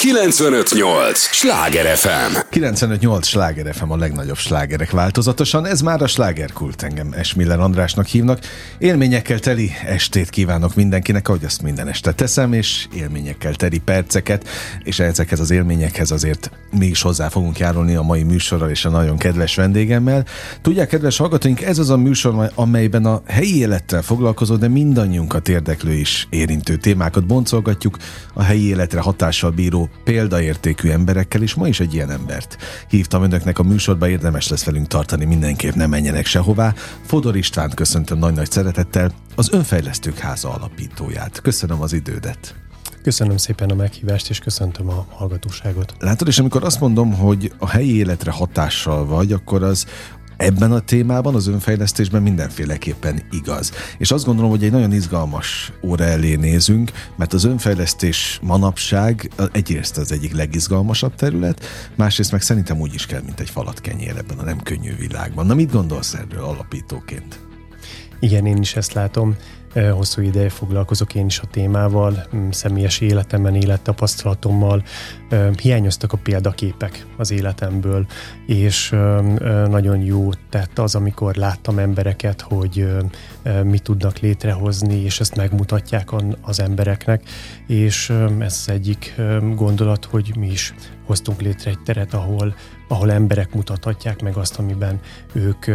95.8 Sláger FM. 95.8 Sláger FM, a legnagyobb slágerek változatosan. Ez már a slágerkult, engem Esmiller Andrásnak hívnak. Élményekkel teli estét kívánok mindenkinek, ahogy azt minden este teszem, és élményekkel teli perceket, és ezekhez az élményekhez azért mi is hozzá fogunk járulni a mai műsorral és a nagyon kedves vendégemmel. Tudják, kedves hallgatóink, ez az a műsor, amelyben a helyi élettel foglalkozó, de mindannyiunkat érdeklő és érintő témákat boncolgatjuk a helyi életre hatással bíró példaértékű emberekkel, és ma is egy ilyen embert hívtam önöknek a műsorba, érdemes lesz velünk tartani, mindenképp nem menjenek sehová. Fodor Istvánt köszöntöm nagy-nagy szeretettel, az Önfejlesztők Háza alapítóját. Köszönöm az idődet. Köszönöm szépen a meghívást, és köszöntöm a hallgatóságot. Látod, és amikor azt mondom, hogy a helyi életre hatással vagy, akkor az ebben a témában, az önfejlesztésben mindenféleképpen igaz. És azt gondolom, hogy egy nagyon izgalmas óra elé nézünk, mert az önfejlesztés manapság egyrészt az egyik legizgalmasabb terület, másrészt meg szerintem úgy is kell, mint egy falatkenyér ebben a nem könnyű világban. Na, mit gondolsz erről alapítóként? Igen, én is ezt látom. Hosszú ideje foglalkozok én is a témával, személyes életemben, élettapasztalatommal. Hiányoztak a példaképek az életemből, és nagyon jó tett az, amikor láttam embereket, hogy mit tudnak létrehozni, és ezt megmutatják az embereknek, és ez az egyik gondolat, hogy mi is hoztunk létre egy teret, ahol emberek mutathatják meg azt, amiben ők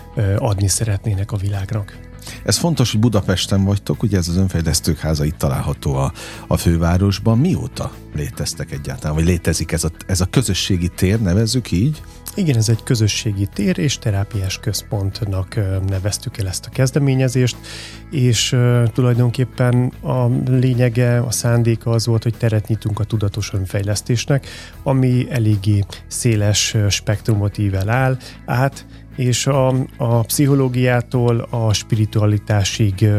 adni szeretnének a világnak. Ez fontos, hogy Budapesten vagytok, ugye ez az Önfejlesztők Háza itt található a fővárosban. Mióta léteztek egyáltalán, vagy létezik ez a közösségi tér, nevezzük így? Igen, ez egy közösségi tér, és terápiás központnak neveztük el ezt a kezdeményezést, és tulajdonképpen a lényege, a szándéka az volt, hogy teret nyitunk a tudatos önfejlesztésnek, ami eléggé széles spektrumot ível át, és a pszichológiától a spiritualitásig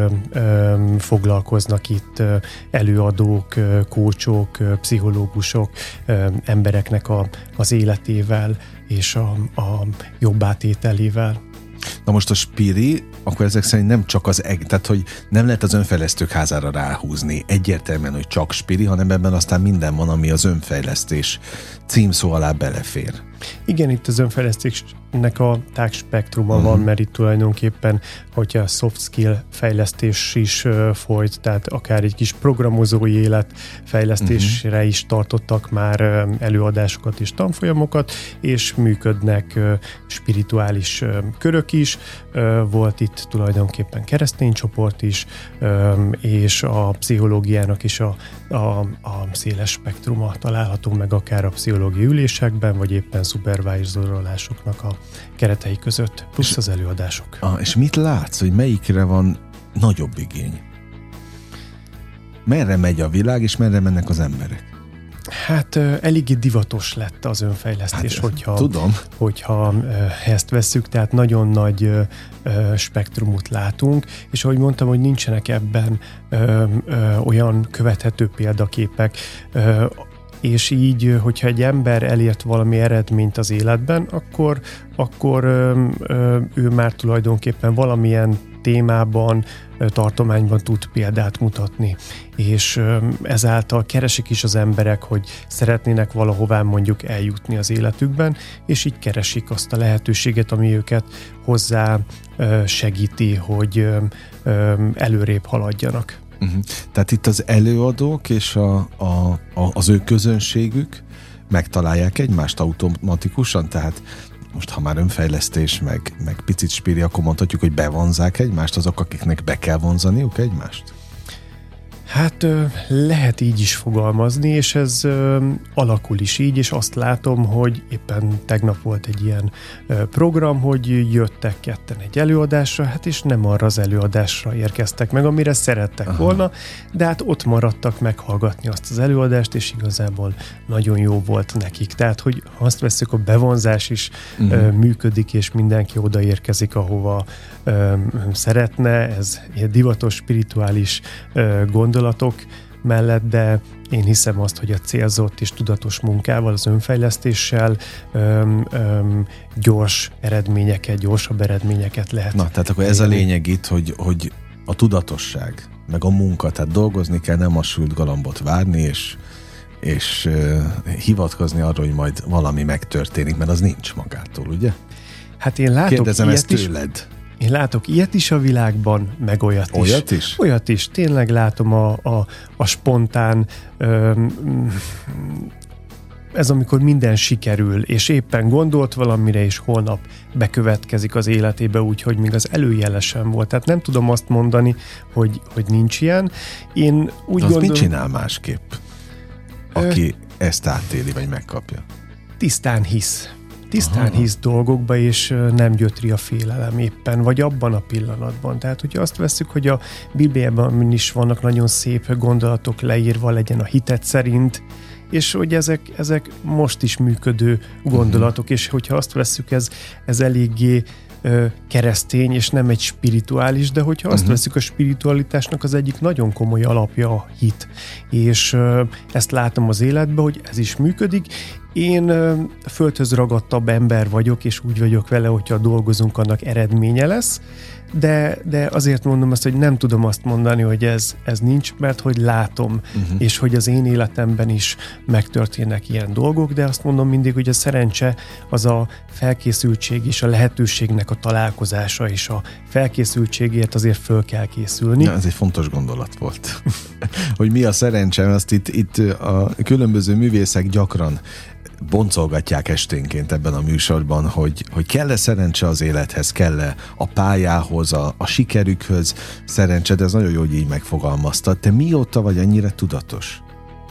foglalkoznak itt előadók, kócsok, pszichológusok, embereknek az életével és a jobbátételével. Na most a spiri, akkor ezek szerint nem csak tehát hogy nem lehet az Önfejlesztők Házára ráhúzni egyértelműen, hogy csak spiri, hanem ebben aztán minden van, ami az önfejlesztés címszó alá belefér. Igen, itt az önfejlesztésnek a tág spektruma van, mert itt tulajdonképpen, hogyha soft skill fejlesztés is folyt, tehát akár egy kis programozói élet fejlesztésre is tartottak már előadásokat és tanfolyamokat, és működnek spirituális körök is, volt itt tulajdonképpen keresztény csoport is, és a pszichológiának is a széles spektruma található meg akár a pszichológiai ülésekben, vagy éppen szupervájzorolásoknak a keretei között, plusz az előadások. És mit látsz, hogy melyikre van nagyobb igény? Merre megy a világ, és merre mennek az emberek? Hát eléggé divatos lett az önfejlesztés, hogyha ezt vesszük, tehát nagyon nagy spektrumot látunk, és ahogy mondtam, hogy nincsenek ebben olyan követhető példaképek, és így, hogyha egy ember elért valami eredményt az életben, akkor ő már tulajdonképpen valamilyen témában, tartományban tud példát mutatni. És ezáltal keresik is az emberek, hogy szeretnének valahová mondjuk eljutni az életükben, és így keresik azt a lehetőséget, ami őket hozzá segíti, hogy előrébb haladjanak. Tehát itt az előadók és az ő közönségük megtalálják egymást automatikusan, tehát most ha már önfejlesztés, meg picit spiri, akkor mondhatjuk, hogy bevonzák egymást azok, akiknek be kell vonzaniuk egymást? Hát lehet így is fogalmazni, és ez alakul is így, és azt látom, hogy éppen tegnap volt egy ilyen program, hogy jöttek ketten egy előadásra, hát és nem arra az előadásra érkeztek meg, amire szerettek volna, de hát ott maradtak meghallgatni azt az előadást, és igazából nagyon jó volt nekik. Tehát, hogy azt veszük, a bevonzás is működik, és mindenki odaérkezik, ahova szeretne, ez egy divatos, spirituális gondolatok mellett, de én hiszem azt, hogy a célzott és tudatos munkával, az önfejlesztéssel gyorsabb eredményeket lehet. Na, tehát akkor ez a lényeg itt, hogy a tudatosság, meg a munka, tehát dolgozni kell, nem a sült galambot várni, és és hivatkozni arra, hogy majd valami megtörténik, mert az nincs magától, ugye? Hát én látok kérdezem ezt tőled. Én látok ilyet is a világban, meg olyat is. Olyat is? Olyat is. Tényleg látom a spontán, ez amikor minden sikerül, és éppen gondolt valamire, és holnap bekövetkezik az életébe úgy, hogy még az előjele sem volt. Tehát nem tudom azt mondani, hogy nincs ilyen. Én úgy gondolom... mit csinál másképp, aki ezt átéli, vagy megkapja? Tisztán hisz. Tisztán hisz dolgokba, és nem gyötri a félelem éppen, vagy abban a pillanatban. Tehát, hogyha azt vesszük, hogy a Bibliában is vannak nagyon szép gondolatok leírva, legyen a hitet szerint, és hogy ezek most is működő gondolatok, és hogyha azt vesszük, ez eléggé keresztény, és nem egy spirituális, de hogyha azt vesszük, a spiritualitásnak az egyik nagyon komoly alapja a hit. És ezt látom az életben, hogy ez is működik. Én földhöz ragadtabb ember vagyok, és úgy vagyok vele, hogyha dolgozunk, annak eredménye lesz, de azért mondom azt, hogy nem tudom azt mondani, hogy ez nincs, mert hogy látom, és hogy az én életemben is megtörténnek ilyen dolgok, de azt mondom mindig, hogy a szerencse az a felkészültség és a lehetőségnek a találkozása, és a felkészültségért azért föl kell készülni. Na, ez egy fontos gondolat volt. Hogy mi a szerencse, azt itt a különböző művészek gyakran boncolgatják esténként ebben a műsorban, hogy kell-e szerencse az élethez, kell-e a pályához, a sikerükhöz szerencse, de ez nagyon jó, hogy így megfogalmaztad. Te mióta vagy ennyire tudatos?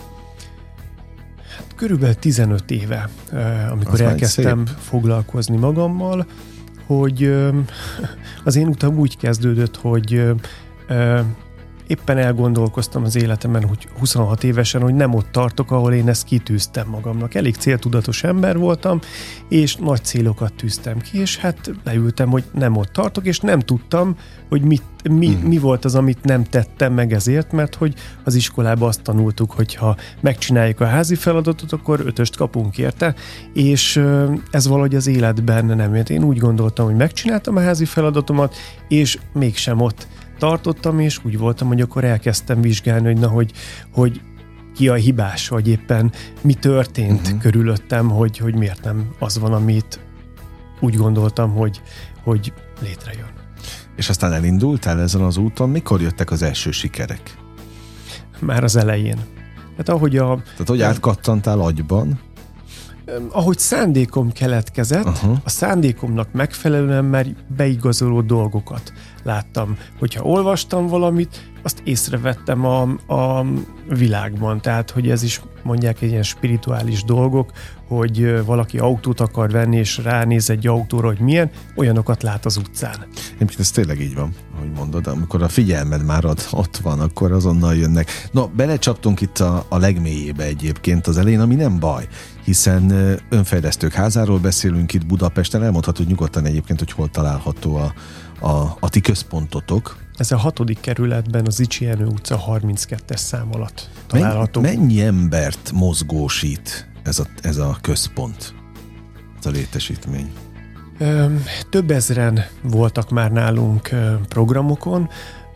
Hát körülbelül 15 éve, amikor elkezdtem foglalkozni magammal, hogy az én utam úgy kezdődött, hogy éppen elgondolkoztam az életemben, hogy 26 évesen, hogy nem ott tartok, ahol én ezt kitűztem magamnak. Elég céltudatos ember voltam, és nagy célokat tűztem ki, és hát leültem, hogy nem ott tartok, és nem tudtam, hogy mi volt az, amit nem tettem meg ezért, mert hogy az iskolában azt tanultuk, hogy ha megcsináljuk a házi feladatot, akkor 5-öst kapunk érte, és ez valahogy az életben nem jött. Én úgy gondoltam, hogy megcsináltam a házi feladatomat, és mégsem ott tartottam, és úgy voltam, hogy akkor elkezdtem vizsgálni, hogy ki a hibás, vagy éppen mi történt körülöttem, hogy miért nem az van, amit úgy gondoltam, hogy létrejön. És aztán elindultál ezen az úton, mikor jöttek az első sikerek? Már az elején. Tehát hogy átkattantál agyban? Ahogy szándékom keletkezett, a szándékomnak megfelelően már beigazoló dolgokat láttam. Hogyha olvastam valamit, azt észrevettem a világban. Tehát, hogy ez is mondják egy ilyen spirituális dolgok, hogy valaki autót akar venni, és ránéz egy autóra, hogy milyen, olyanokat lát az utcán. Ez tényleg így van, ahogy mondod, amikor a figyelmed már ott van, akkor azonnal jönnek. No, belecsaptunk itt a legmélyébe egyébként az elején, ami nem baj, hiszen önfejlesztők házáról beszélünk itt Budapesten, elmondhatod nyugodtan egyébként, hogy hol található a ti központotok. Ez a 6. kerületben, az Zichy Jenő utca 32-es szám alatt található. Mennyi embert mozgósít ez a központ, ez a létesítmény? Több ezren voltak már nálunk programokon.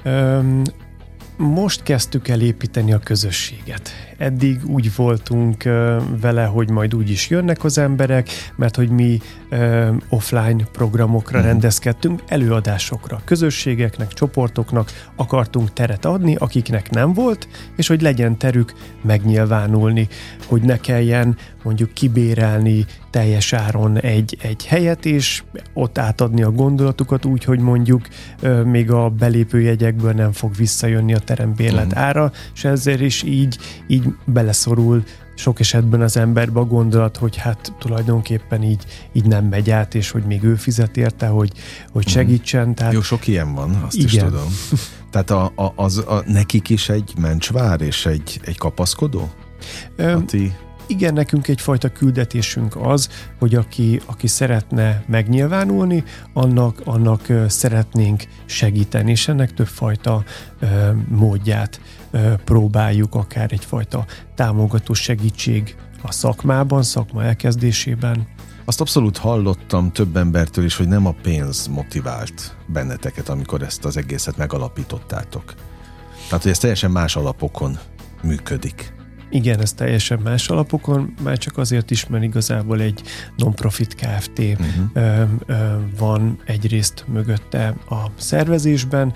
Most kezdtük el építeni a közösséget. Eddig úgy voltunk vele, hogy majd úgy is jönnek az emberek, mert hogy mi offline programokra rendezkedtünk, előadásokra, közösségeknek, csoportoknak akartunk teret adni, akiknek nem volt, és hogy legyen terük megnyilvánulni, hogy ne kelljen mondjuk kibérelni teljes áron egy helyet, és ott átadni a gondolatukat úgy, hogy mondjuk még a belépőjegyekből nem fog visszajönni a terembérlet ára, és ezért is így beleszorul sok esetben az emberbe a gondolat, hogy hát tulajdonképpen így nem megy át, és hogy még ő fizet érte, hogy segítsen. Tehát... Jó, sok ilyen van, azt is tudom. Tehát nekik is egy mencsvár és egy kapaszkodó? Igen, nekünk egyfajta küldetésünk az, hogy aki szeretne megnyilvánulni, annak szeretnénk segíteni, és ennek többfajta módját próbáljuk, akár egyfajta támogató segítség a szakmában, szakma elkezdésében. Azt abszolút hallottam több embertől is, hogy nem a pénz motivált benneteket, amikor ezt az egészet megalapítottátok. Tehát, hogy ez teljesen más alapokon működik. Igen, ez teljesen más alapokon, már csak azért is, mert igazából egy non-profit Kft. Van egyrészt mögötte a szervezésben,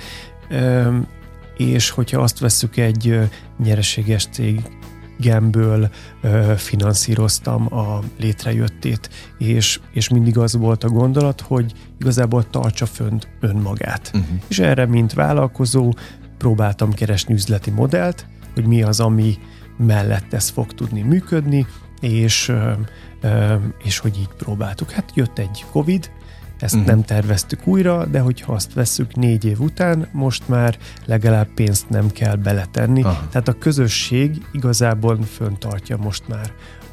és hogyha azt vesszük, egy nyereséges cégemből finanszíroztam a létrejöttét, és mindig az volt a gondolat, hogy igazából tartsa fönt önmagát. És erre, mint vállalkozó, próbáltam keresni üzleti modellt, hogy mi az, ami mellett ez fog tudni működni, és hogy így próbáltuk. Hát jött egy Covid, ezt nem terveztük újra, de hogyha azt vesszük 4 év után, most már legalább pénzt nem kell beletenni. Tehát a közösség igazából föntartja most már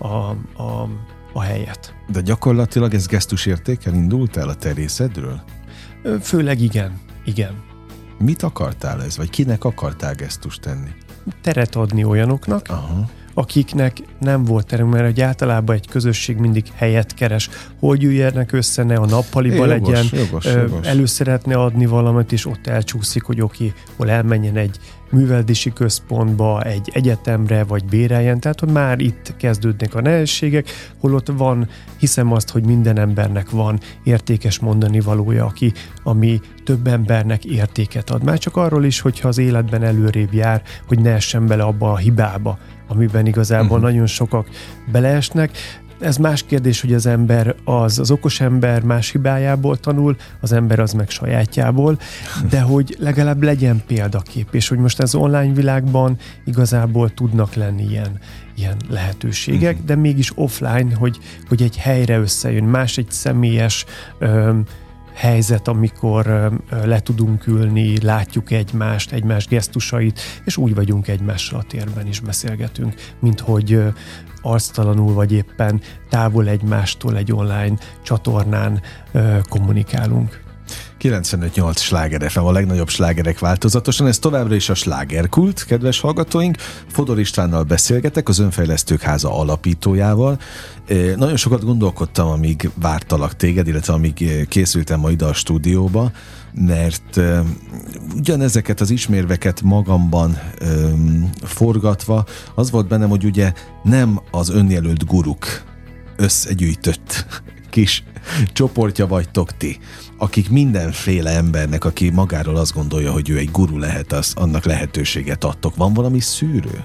a helyet. De gyakorlatilag ez gesztusértékkel indult el a te részedről? Főleg igen. Mit akartál ez, vagy kinek akartál gesztust tenni? Teret adni olyanoknak, akiknek nem volt terem, mert hogy általában egy közösség mindig helyet keres, hogy üljenek össze, ne a nappaliba legyen, jogos. Elő szeretne adni valamit, és ott elcsúszik, hogy hol elmenjen egy művelődési központba, egy egyetemre, vagy béreljen, tehát hogy már itt kezdődnek a nehézségek, holott van, hiszem azt, hogy minden embernek van értékes mondani valója, ami több embernek értéket ad. Már csak arról is, hogyha az életben előrébb jár, hogy ne essen bele abba a hibába, amiben igazából nagyon sokak beleesnek. Ez más kérdés, hogy az ember az okos ember más hibájából tanul, az ember az meg sajátjából, de hogy legalább legyen példakép, és hogy most az online világban igazából tudnak lenni ilyen lehetőségek, de mégis offline, hogy egy helyre összejön, más egy személyes helyzet, amikor le tudunk ülni, látjuk egymást, egymás gesztusait, és úgy vagyunk egymással a térben is beszélgetünk, mint hogy arctalanul vagy éppen távol egymástól egy online csatornán kommunikálunk. 95.8 Sláger FM, a legnagyobb slágerek változatosan, ez továbbra is a Slágerkult, kedves hallgatóink. Fodor Istvánnal beszélgetek, az Önfejlesztők Háza alapítójával. Nagyon sokat gondolkodtam, amíg vártalak téged, illetve amíg készültem ma ide a stúdióba, mert ugyanezeket az ismérveket magamban forgatva, az volt bennem, hogy ugye nem az önjelölt guruk összegyűjtött kis csoportja vagytok ti, akik mindenféle embernek, aki magáról azt gondolja, hogy ő egy guru lehet, annak lehetőséget adtok. Van valami szűrő?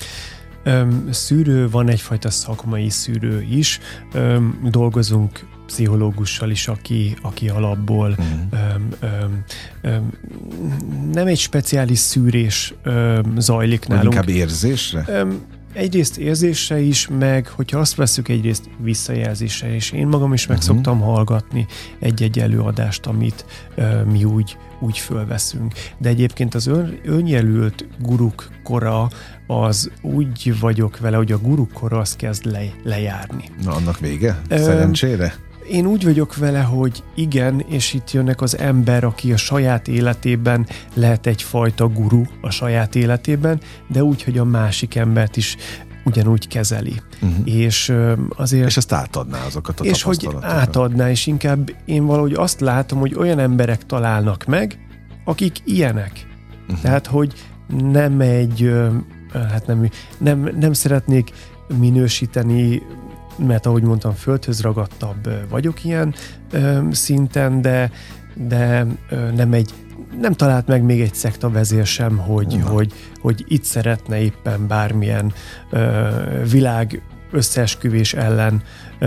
Szűrő, van egyfajta szakmai szűrő is. Dolgozunk pszichológussal is, aki alapból nem egy speciális szűrés zajlik nálunk. Inkább érzésre? Egyrészt érzésre is, meg hogyha azt veszük, egyrészt visszajelzésre is. Én magam is meg szoktam hallgatni egy-egy előadást, amit mi úgy fölveszünk. De egyébként az önjelölt guruk kora, az úgy vagyok vele, hogy a guruk kora az kezd lejárni. Na, annak vége? Szerencsére? Én úgy vagyok vele, hogy igen, és itt jönnek az ember, aki a saját életében lehet egyfajta guru a saját életében, de úgy, hogy a másik embert is ugyanúgy kezeli. És azért... És ezt átadná azokat a és tapasztalatokat. És hogy átadná, és inkább én valahogy azt látom, hogy olyan emberek találnak meg, akik ilyenek. Tehát, hogy nem egy... nem szeretnék minősíteni, mert ahogy mondtam, földhöz ragadtabb vagyok ilyen szinten, de nem talált meg még egy szekta vezér sem, hogy itt szeretne éppen bármilyen világ összeesküvés ellen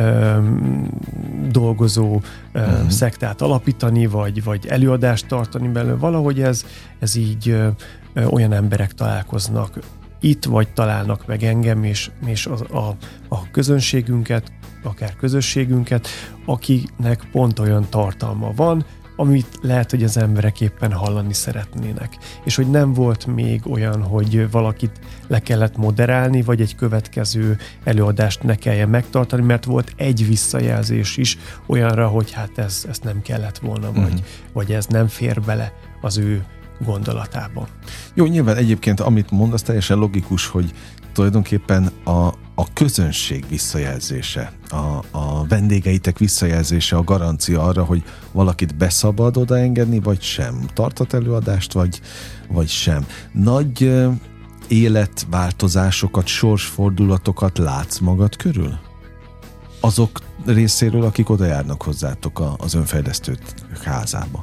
dolgozó szektát alapítani, vagy előadást tartani belőle. Valahogy ez így olyan emberek találkoznak itt, vagy találnak meg engem, és a közönségünket, akár közösségünket, akinek pont olyan tartalma van, amit lehet, hogy az emberek éppen hallani szeretnének. És hogy nem volt még olyan, hogy valakit le kellett moderálni, vagy egy következő előadást ne kelljen megtartani, mert volt egy visszajelzés is olyanra, hogy hát ezt nem kellett volna, vagy ez nem fér bele az ő gondolatában. Jó, nyilván egyébként, amit mondasz, teljesen logikus, hogy tulajdonképpen a közönség visszajelzése, a vendégeitek visszajelzése a garancia arra, hogy valakit beszabad odaengedni, vagy sem. Tartat előadást, vagy sem. Nagy életváltozásokat, sorsfordulatokat látsz magad körül? Azok részéről, akik oda járnak hozzátok az önfejlesztő házába?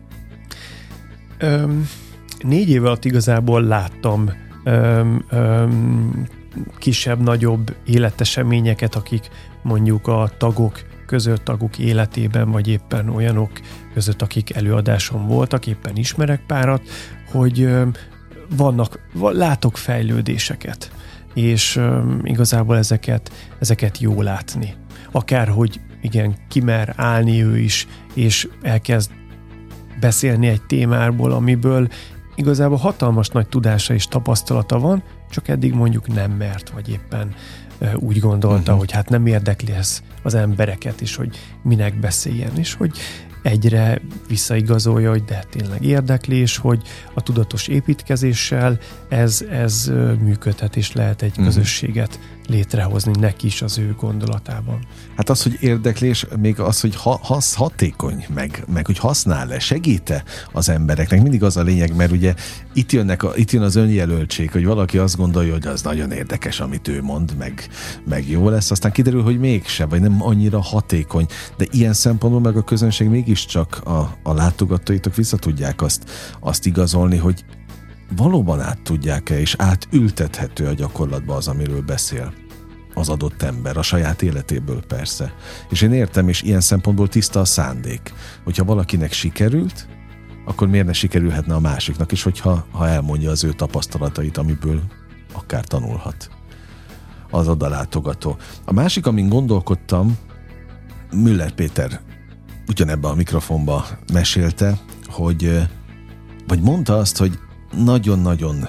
4 év alatt igazából láttam kisebb-nagyobb életeseményeket, akik mondjuk a tagok életében, vagy éppen olyanok között, akik előadáson voltak, éppen ismerek párat, hogy látok fejlődéseket, és igazából ezeket jó látni. Akár, hogy igen, kimer állni ő is, és elkezd beszélni egy témából, amiből igazából hatalmas nagy tudása és tapasztalata van, csak eddig mondjuk nem mert, vagy éppen úgy gondolta, hogy hát nem érdekli ez az embereket is, hogy minek beszéljen, és hogy egyre visszaigazolja, hogy de tényleg érdekli, és hogy a tudatos építkezéssel ez működhet, és lehet egy közösséget létrehozni neki is az ő gondolatában. Hát az, hogy érdeklés, még az, hogy hatékony, meg hogy használ-e, segít-e az embereknek, mindig az a lényeg, mert ugye itt jön az önjelöltség, hogy valaki azt gondolja, hogy az nagyon érdekes, amit ő mond, meg jó lesz, aztán kiderül, hogy mégse, vagy nem annyira hatékony, de ilyen szempontból meg a közönség mégiscsak a látogatóitok vissza tudják azt igazolni, hogy valóban át tudják-e, és átültethető a gyakorlatba az, amiről beszél az adott ember, a saját életéből persze. És én értem, és ilyen szempontból tiszta a szándék. Hogyha valakinek sikerült, akkor miért ne sikerülhetne a másiknak is, hogyha elmondja az ő tapasztalatait, amiből akár tanulhat az odalátogató. A másik, amin gondolkodtam, Müller Péter ugyanebben a mikrofonba mesélte, vagy mondta azt, hogy nagyon-nagyon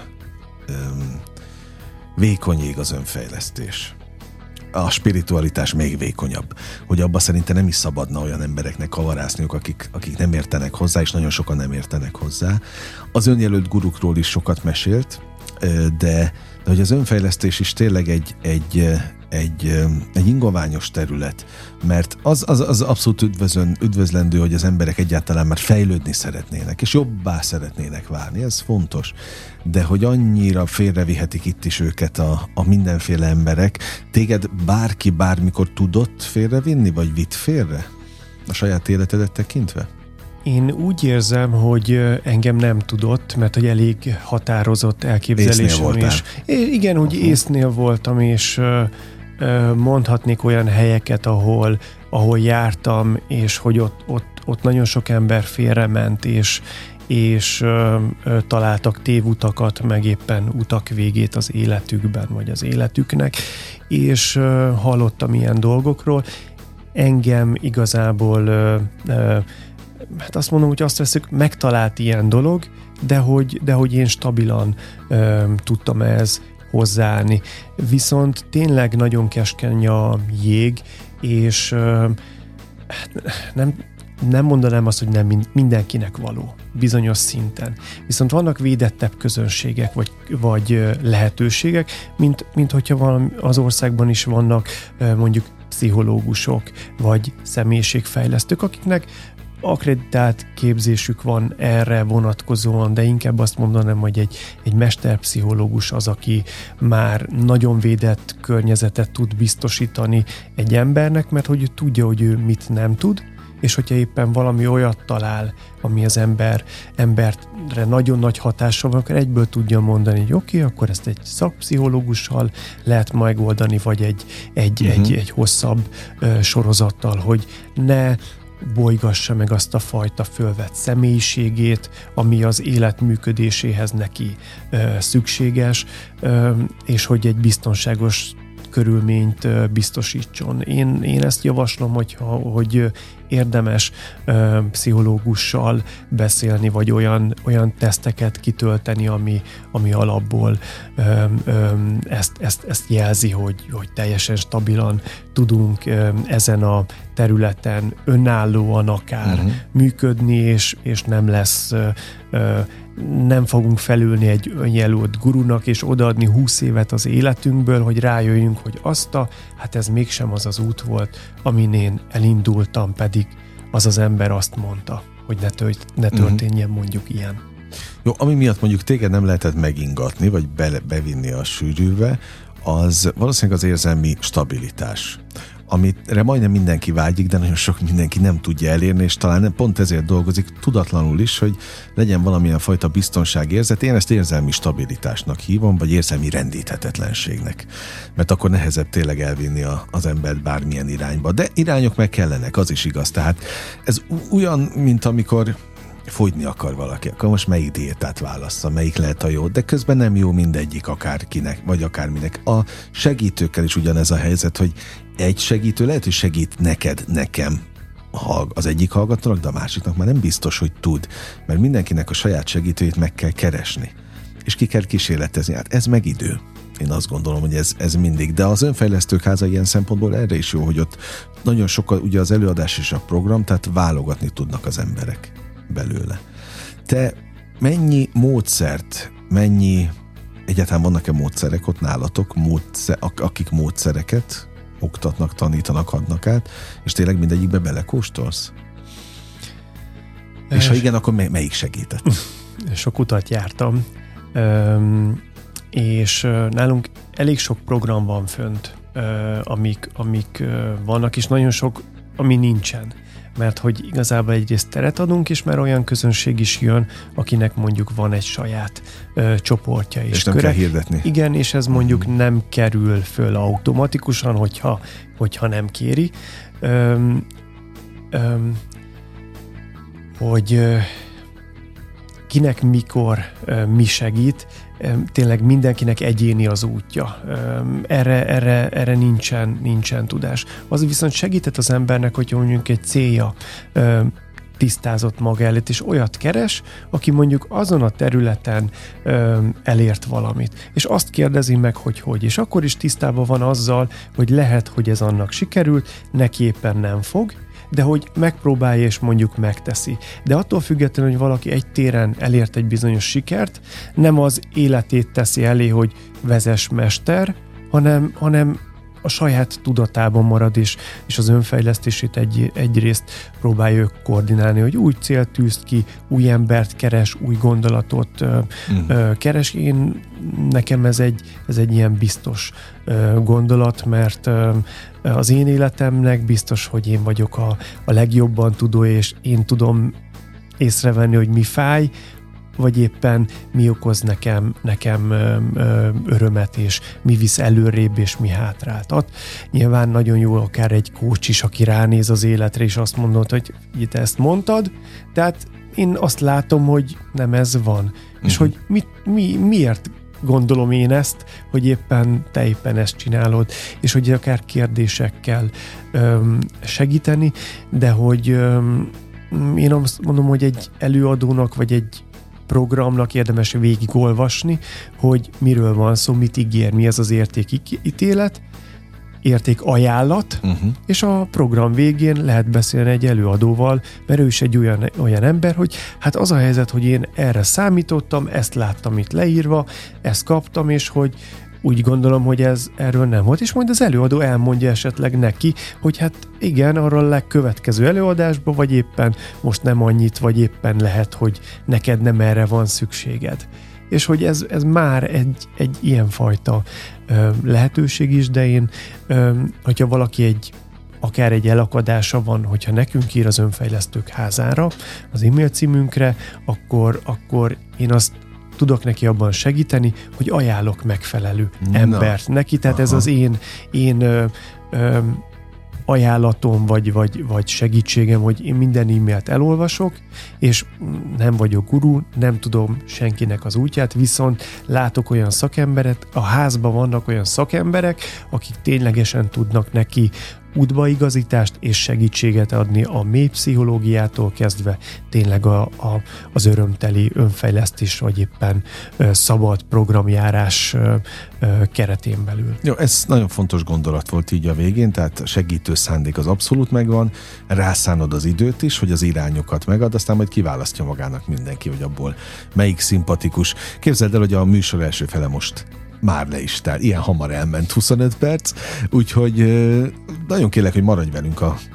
vékony ég az önfejlesztés. A spiritualitás még vékonyabb, hogy abba szerintem nem is szabadna olyan embereknek kavarászniuk, akik nem értenek hozzá, és nagyon sokan nem értenek hozzá. Az önjelölt gurukról is sokat mesélt, de hogy az önfejlesztés is tényleg egy ingoványos terület, mert az abszolút üdvözlendő, hogy az emberek egyáltalán már fejlődni szeretnének, és jobbá szeretnének válni, ez fontos. De hogy annyira félrevihetik itt is őket a mindenféle emberek, téged bárki bármikor tudott félrevinni, vagy vitt félre a saját életedet tekintve? Én úgy érzem, hogy engem nem tudott, mert hogy elég határozott elképzelésem is. Igen, úgy észnél voltam, és mondhatnék olyan helyeket, ahol jártam, és hogy ott nagyon sok ember félrement, és találtak tévutakat, meg éppen utak végét az életükben, vagy az életüknek, és hallottam ilyen dolgokról. Engem igazából hát azt mondom, hogy azt veszük, megtalált ilyen dolog, de hogy én stabilan tudtam ehhez hozzáállni. Viszont tényleg nagyon keskeny a jég, és nem mondanám azt, hogy nem mindenkinek való, bizonyos szinten. Viszont vannak védettebb közönségek, vagy lehetőségek, mint hogyha az országban is vannak mondjuk pszichológusok, vagy személyiségfejlesztők, akiknek akkreditált képzésük van erre vonatkozóan, de inkább azt mondanám, hogy egy mesterpszichológus az, aki már nagyon védett környezetet tud biztosítani egy embernek, mert hogy tudja, hogy ő mit nem tud, és hogyha éppen valami olyat talál, ami az emberre nagyon nagy hatással van, akkor egyből tudja mondani, hogy oké, akkor ezt egy szakpszichológussal lehet megoldani, vagy egy hosszabb sorozattal, hogy ne bolygassa meg azt a fajta fölvett személyiségét, ami az élet működéséhez neki szükséges, és hogy egy biztonságos körülményt biztosítson. Én ezt javaslom, hogy érdemes pszichológussal beszélni, vagy olyan teszteket kitölteni, ami alapból ezt jelzi, hogy teljesen stabilan tudunk ezen a területen önállóan akár működni, és nem fogunk felülni egy önjelölt gurunak, és odaadni 20 évet az életünkből, hogy rájöjjünk, hogy hát ez mégsem az út volt, amin én elindultam, pedig az ember azt mondta, hogy ne történjen mondjuk ilyen. Jó, ami miatt mondjuk téged nem lehetett megingatni, vagy bevinni a sűrűbe, az valószínűleg az érzelmi stabilitás, amire majdnem mindenki vágyik, de nagyon sok mindenki nem tudja elérni, és talán pont ezért dolgozik tudatlanul is, hogy legyen valamilyen fajta biztonságérzet. Én ezt érzelmi stabilitásnak hívom, vagy érzelmi rendíthetetlenségnek. Mert akkor nehezebb tényleg elvinni az embert bármilyen irányba. De irányok meg kellenek, az is igaz. Tehát ez olyan, mint amikor fogyni akar valaki, akkor most melyik diétát válassza, melyik lehet a jó, de közben nem jó mindegyik akárkinek, vagy akárminek. A segítőkkel is ugyanez a helyzet, hogy egy segítő lehet, hogy segít neked, nekem, az egyik hallgatónak, de a másiknak már nem biztos, hogy tud, mert mindenkinek a saját segítőjét meg kell keresni, és ki kell kísérletezni. Hát ez meg idő. Én azt gondolom, hogy ez mindig. De az önfejlesztők háza ilyen szempontból erre is jó, hogy ott nagyon sokkal, ugye az előadás és a program, tehát válogatni tudnak az emberek belőle. Te mennyi módszert, egyáltalán vannak-e módszerek ott nálatok, akik módszereket oktatnak, tanítanak, adnak át, és tényleg mindegyikbe belekóstolsz? És ha igen, akkor melyik segített? Sok utat jártam, és nálunk elég sok program van fönt, amik vannak, és nagyon sok, ami nincsen. Mert hogy igazából egyrészt teret adunk, és már olyan közönség is jön, akinek mondjuk van egy saját csoportja és nem kell hirdetni. Igen, és ez mondjuk nem kerül föl automatikusan, hogyha nem kéri. Hogy kinek mikor mi segít, tényleg mindenkinek egyéni az útja. Erre nincsen tudás. Az viszont segített az embernek, hogyha mondjuk egy célja tisztázott maga előtt, és olyat keres, aki mondjuk azon a területen elért valamit. És azt kérdezi meg, hogy. És akkor is tisztában van azzal, hogy lehet, hogy ez annak sikerült, neki éppen nem fog, de hogy megpróbálja és mondjuk megteszi. De attól függetlenül, hogy valaki egy téren elért egy bizonyos sikert, nem az életét teszi elé, hogy vezess mester, hanem a saját tudatában marad, és az önfejlesztését egyrészt próbálja koordinálni, hogy új célt tűzt ki, új embert keres, új gondolatot keres. Nekem ez egy ilyen biztos gondolat, mert az én életemnek biztos, hogy én vagyok a legjobban tudó, és én tudom észrevenni, hogy mi fáj, vagy éppen mi okoz nekem örömet, és mi visz előrébb, és mi hátráltat. Nyilván nagyon jó akár egy coach is, aki ránéz az életre, és azt mondod, hogy itt ezt mondtad, tehát én azt látom, hogy nem ez van. És hogy miért gondolom én ezt, hogy te éppen ezt csinálod, és hogy akár kérdésekkel segíteni, de hogy én azt mondom, hogy egy előadónak, vagy egy programnak érdemes végigolvasni, hogy miről van szó, mit ígér, mi ez az értékítélet, értékajánlat, és a program végén lehet beszélni egy előadóval, mert ő is egy olyan ember, hogy hát az a helyzet, hogy én erre számítottam, ezt láttam itt leírva, ezt kaptam, és hogy úgy gondolom, hogy erről nem volt, és majd az előadó elmondja esetleg neki, hogy hát igen, arra a legkövetkező előadásban, vagy éppen most nem annyit, vagy éppen lehet, hogy neked nem erre van szükséged. És hogy ez már egy ilyenfajta lehetőség is, de én, hogyha valaki akár egy elakadása van, hogyha nekünk ír az Önfejlesztők Házára, az e-mail címünkre, akkor én azt tudok neki abban segíteni, hogy ajánlok megfelelő embert neki. Tehát ez az én ajánlatom, vagy segítségem, hogy én minden e-mailt elolvasok, és nem vagyok guru, nem tudom senkinek az útját, viszont látok olyan szakemberet, a házban vannak olyan szakemberek, akik ténylegesen tudnak neki útbaigazítást és segítséget adni a mély pszichológiától kezdve tényleg az örömteli önfejlesztés, vagy éppen szabad programjárás keretén belül. Jó, ez nagyon fontos gondolat volt így a végén, tehát a segítő szándék az abszolút megvan, rászánod az időt is, hogy az irányokat megad, aztán majd kiválasztja magának mindenki, hogy abból melyik szimpatikus. Képzeld el, hogy a műsor első fele most már le is, tehát ilyen hamar elment 25 perc, úgyhogy nagyon kérlek, hogy maradj velünk a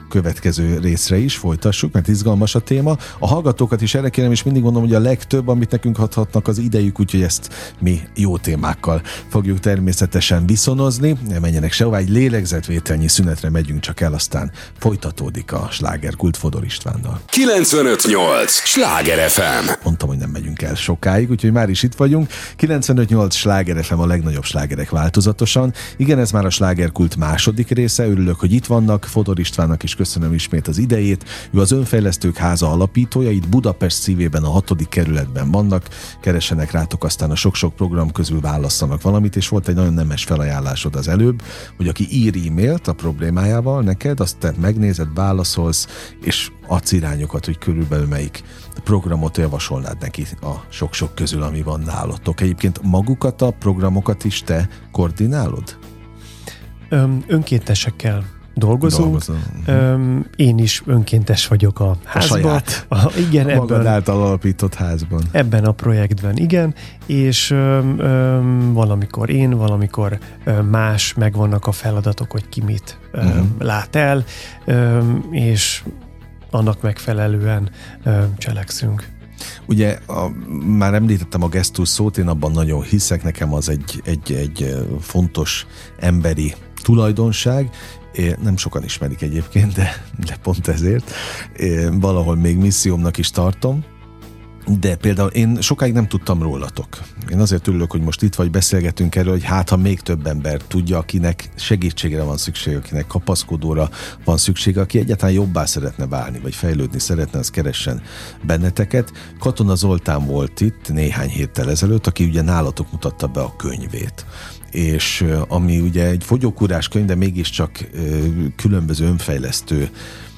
következő részre is folytassuk, mert izgalmas a téma. A hallgatókat is erre kérem, és mindig mondom, hogy a legtöbb, amit nekünk adhatnak az idejük, úgyhogy ezt mi jó témákkal fogjuk természetesen viszonozni. Ne menjenek sehová, egy lélegzetvételnyi szünetre megyünk csak el, aztán folytatódik a slágerkult Fodor Istvánnal. 95.8 Sláger FM. Mondtam, hogy nem megyünk el sokáig, úgyhogy már is itt vagyunk. 95.8 Sláger FM, a legnagyobb slágerek változatosan. Igen, ez már a slágerkult második része. Örülök, hogy itt vannak. Fodor Istvánnak is köszönöm ismét az idejét. Ő az Önfejlesztők Háza alapítója, itt Budapest szívében, a 6. kerületben vannak. Keressenek rátok, aztán a sok-sok program közül válasszanak valamit, és volt egy nagyon nemes felajánlásod az előbb, hogy aki ír e-mailt a problémájával neked, azt te megnézed, válaszolsz, és adsz irányokat, hogy körülbelül melyik programot javasolnád neki a sok-sok közül, ami van nálatok. Egyébként magukat a programokat is te koordinálod? Önkéntesekkel dolgozunk. Én is önkéntes vagyok a házban. Igen, a magad által alapított házban. Ebben a projektben, igen, és valamikor én, valamikor más, megvannak a feladatok, hogy ki mit lát el, és annak megfelelően cselekszünk. Ugye már említettem a gesztus szót, én abban nagyon hiszek, nekem az egy fontos emberi tulajdonság. Nem sokan ismerik egyébként, de pont ezért valahol még missziómnak is tartom. De például én sokáig nem tudtam rólatok. Én azért örülök, hogy most itt vagy, beszélgetünk erről, hogy hát ha még több ember tudja, akinek segítségre van szükség, akinek kapaszkodóra van szükség, aki egyáltalán jobbá szeretne válni, vagy fejlődni szeretne, az keressen benneteket. Katona Zoltán volt itt néhány héttel ezelőtt, aki ugye nálatok mutatta be a könyvét. És ami ugye egy fogyókúrás könyv, de mégiscsak különböző önfejlesztő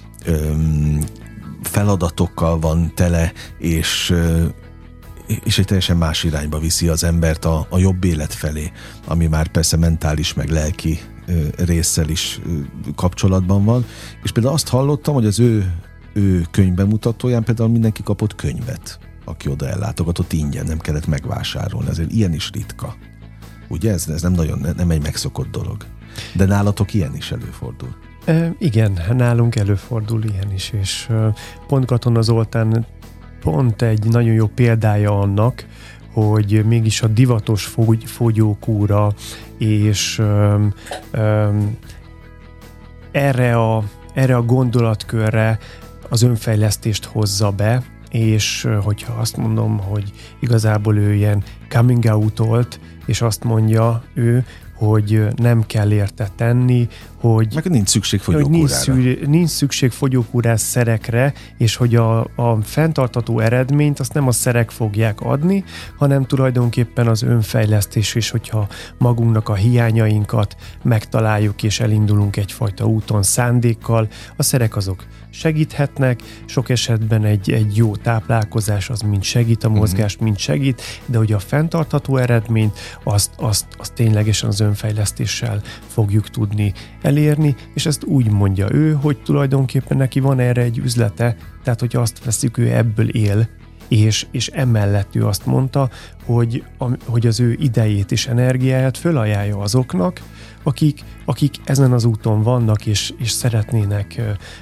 feladatokkal van tele, és egy teljesen más irányba viszi az embert a jobb élet felé, ami már persze mentális, meg lelki résszel is kapcsolatban van. És például azt hallottam, hogy az ő könyvbemutatóján például mindenki kapott könyvet, aki oda ellátogatott ingyen, nem kellett megvásárolni. Ezért ilyen is ritka. Ugye ez nem egy megszokott dolog. De nálatok ilyen is előfordul. Igen, nálunk előfordul ilyen is, és pont Katona Zoltán pont egy nagyon jó példája annak, hogy mégis a divatos fogyókúra, és erre a gondolatkörre az önfejlesztést hozza be, és hogyha azt mondom, hogy igazából ő ilyen coming out-olt, és azt mondja ő, hogy nem kell érte tenni, hogy meg nincs szükség fogyókúrára. Nincs szükség fogyókúrás szerekre, és hogy a fenntartható eredményt azt nem a szerek fogják adni, hanem tulajdonképpen az önfejlesztés, és hogyha magunknak a hiányainkat megtaláljuk, és elindulunk egyfajta úton szándékkal, a szerek azok segíthetnek, sok esetben egy jó táplálkozás az mind segít, a mozgás mind segít, de hogy a fenntartható eredményt azt ténylegesen az önfejlesztéssel fogjuk tudni elérni, és ezt úgy mondja ő, hogy tulajdonképpen neki van erre egy üzlete, tehát hogyha azt veszik, ő ebből él, és emellett ő azt mondta, hogy az ő idejét és energiáját fölajánlja azoknak, akik ezen az úton vannak, és szeretnének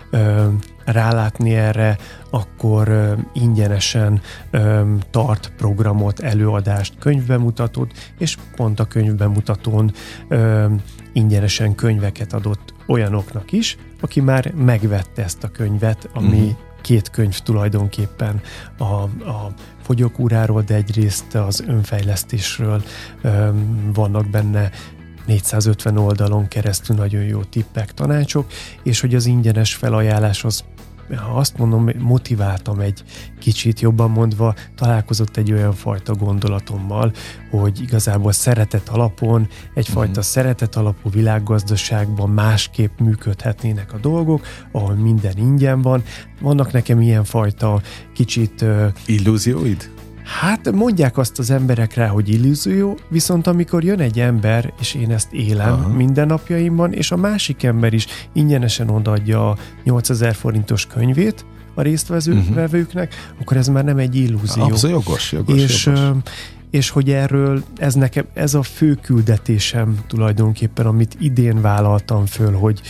rálátni erre, akkor ingyenesen tart programot, előadást, könyvbemutatót, és pont a könyvbemutatón ingyenesen könyveket adott olyanoknak is, aki már megvette ezt a könyvet, ami 2 könyv tulajdonképpen a fogyókúráról, de egyrészt az önfejlesztésről vannak benne 450 oldalon keresztül nagyon jó tippek, tanácsok, és hogy az ingyenes felajánlás az, ha azt mondom, motiváltam egy kicsit, jobban mondva, találkozott egy olyan fajta gondolatommal, hogy igazából szeretet alapon, egyfajta szeretet alapú világgazdaságban másképp működhetnének a dolgok, ahol minden ingyen van. Vannak nekem ilyenfajta kicsit... illúzióid? Hát mondják azt az emberek rá, hogy illúzió, viszont amikor jön egy ember, és én ezt élem mindennapjaimban, és a másik ember is ingyenesen odaadja a 8000 forintos könyvét a résztvevőknek, akkor ez már nem egy illúzió. Abszolút jogos. És hogy erről, ez a fő küldetésem tulajdonképpen, amit idén vállaltam föl,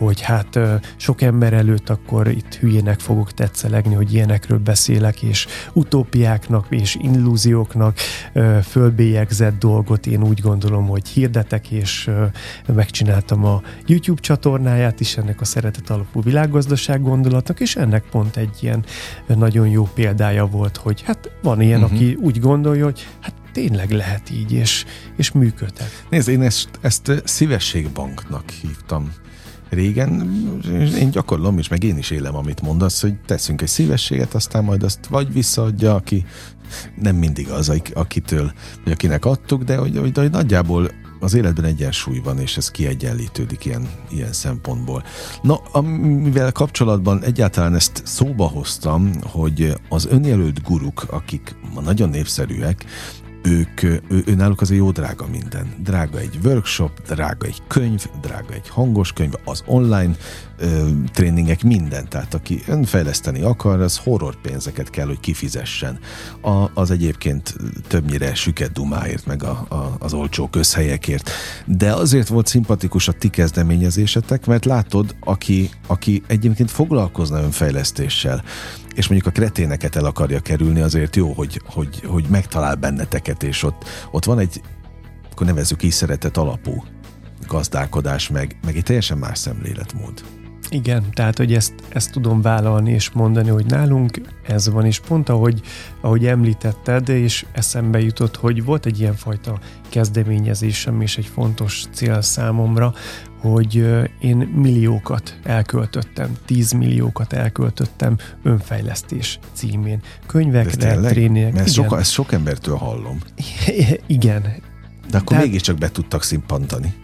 hogy hát sok ember előtt akkor itt hülyének fogok tetszelegni, hogy ilyenekről beszélek, és utópiáknak és illúzióknak fölbélyegzett dolgot én úgy gondolom, hogy hirdetek, és megcsináltam a YouTube csatornáját is ennek a szeretet alapú világgazdaság gondolatnak, és ennek pont egy ilyen nagyon jó példája volt, hogy hát van ilyen, aki úgy gondolja, hogy hát tényleg lehet így, és működhet. Nézd, én ezt szívességbanknak hívtam régen, én gyakorlom is, meg én is élem, amit mondasz, hogy teszünk egy szívességet, aztán majd azt vagy visszaadja, aki nem mindig az, akitől, vagy akinek adtuk, de hogy nagyjából az életben egyensúly van, és ez kiegyenlítődik ilyen szempontból. Na, amivel kapcsolatban egyáltalán ezt szóba hoztam, hogy az önjelölt guruk, akik ma nagyon népszerűek, náluk azért jó drága minden. Drága egy workshop, drága egy könyv, drága egy hangos könyv, az online tréningek, minden. Tehát aki önfejleszteni akar, az horror pénzeket kell, hogy kifizessen. Az egyébként többnyire süket dumáért, meg az olcsó közhelyekért. De azért volt szimpatikus a ti kezdeményezésetek, mert látod, aki egyébként foglalkozna önfejlesztéssel, és mondjuk a kreténeket el akarja kerülni, azért jó, hogy megtalál benneteket, és ott van egy, akkor nevezzük így, szeretet alapú gazdálkodás, meg egy teljesen más szemléletmód. Igen, tehát, hogy ezt tudom vállalni és mondani, hogy nálunk ez van, és pont ahogy említetted, és eszembe jutott, hogy volt egy ilyenfajta kezdeményezésem, és egy fontos cél számomra, hogy én milliókat elköltöttem, 10 milliókat elköltöttem önfejlesztés címén. Könyvekre, tréningekre. Ezt sok embertől hallom. Igen. De akkor mégiscsak be tudtak szimpantani.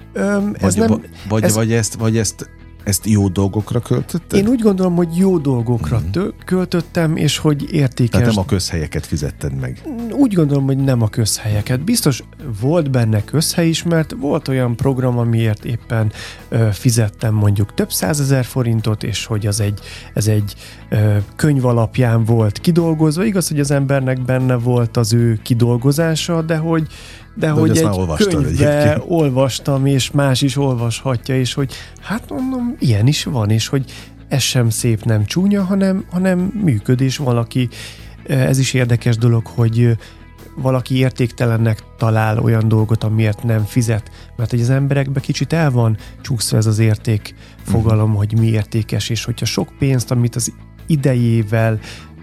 Vagy ezt jó dolgokra költötted? Én úgy gondolom, hogy jó dolgokra költöttem, és hogy értékes... Tehát nem a közhelyeket fizetted meg? Úgy gondolom, hogy nem a közhelyeket. Biztos volt benne közhely is, mert volt olyan program, amiért éppen fizettem mondjuk több 100 000 forintot, és hogy ez egy könyv alapján volt kidolgozva. Igaz, hogy az embernek benne volt az ő kidolgozása, de hogy egy könyvbe olvastam, és más is olvashatja, és hogy hát mondom, ilyen is van, és hogy ez sem szép, nem csúnya, hanem működés. Valaki, ez is érdekes dolog, hogy valaki értéktelennek talál olyan dolgot, amiért nem fizet, mert hogy az emberekben kicsit el van csúszva ez az értékfogalom, hogy mi értékes, és hogyha sok pénzt, amit az idejével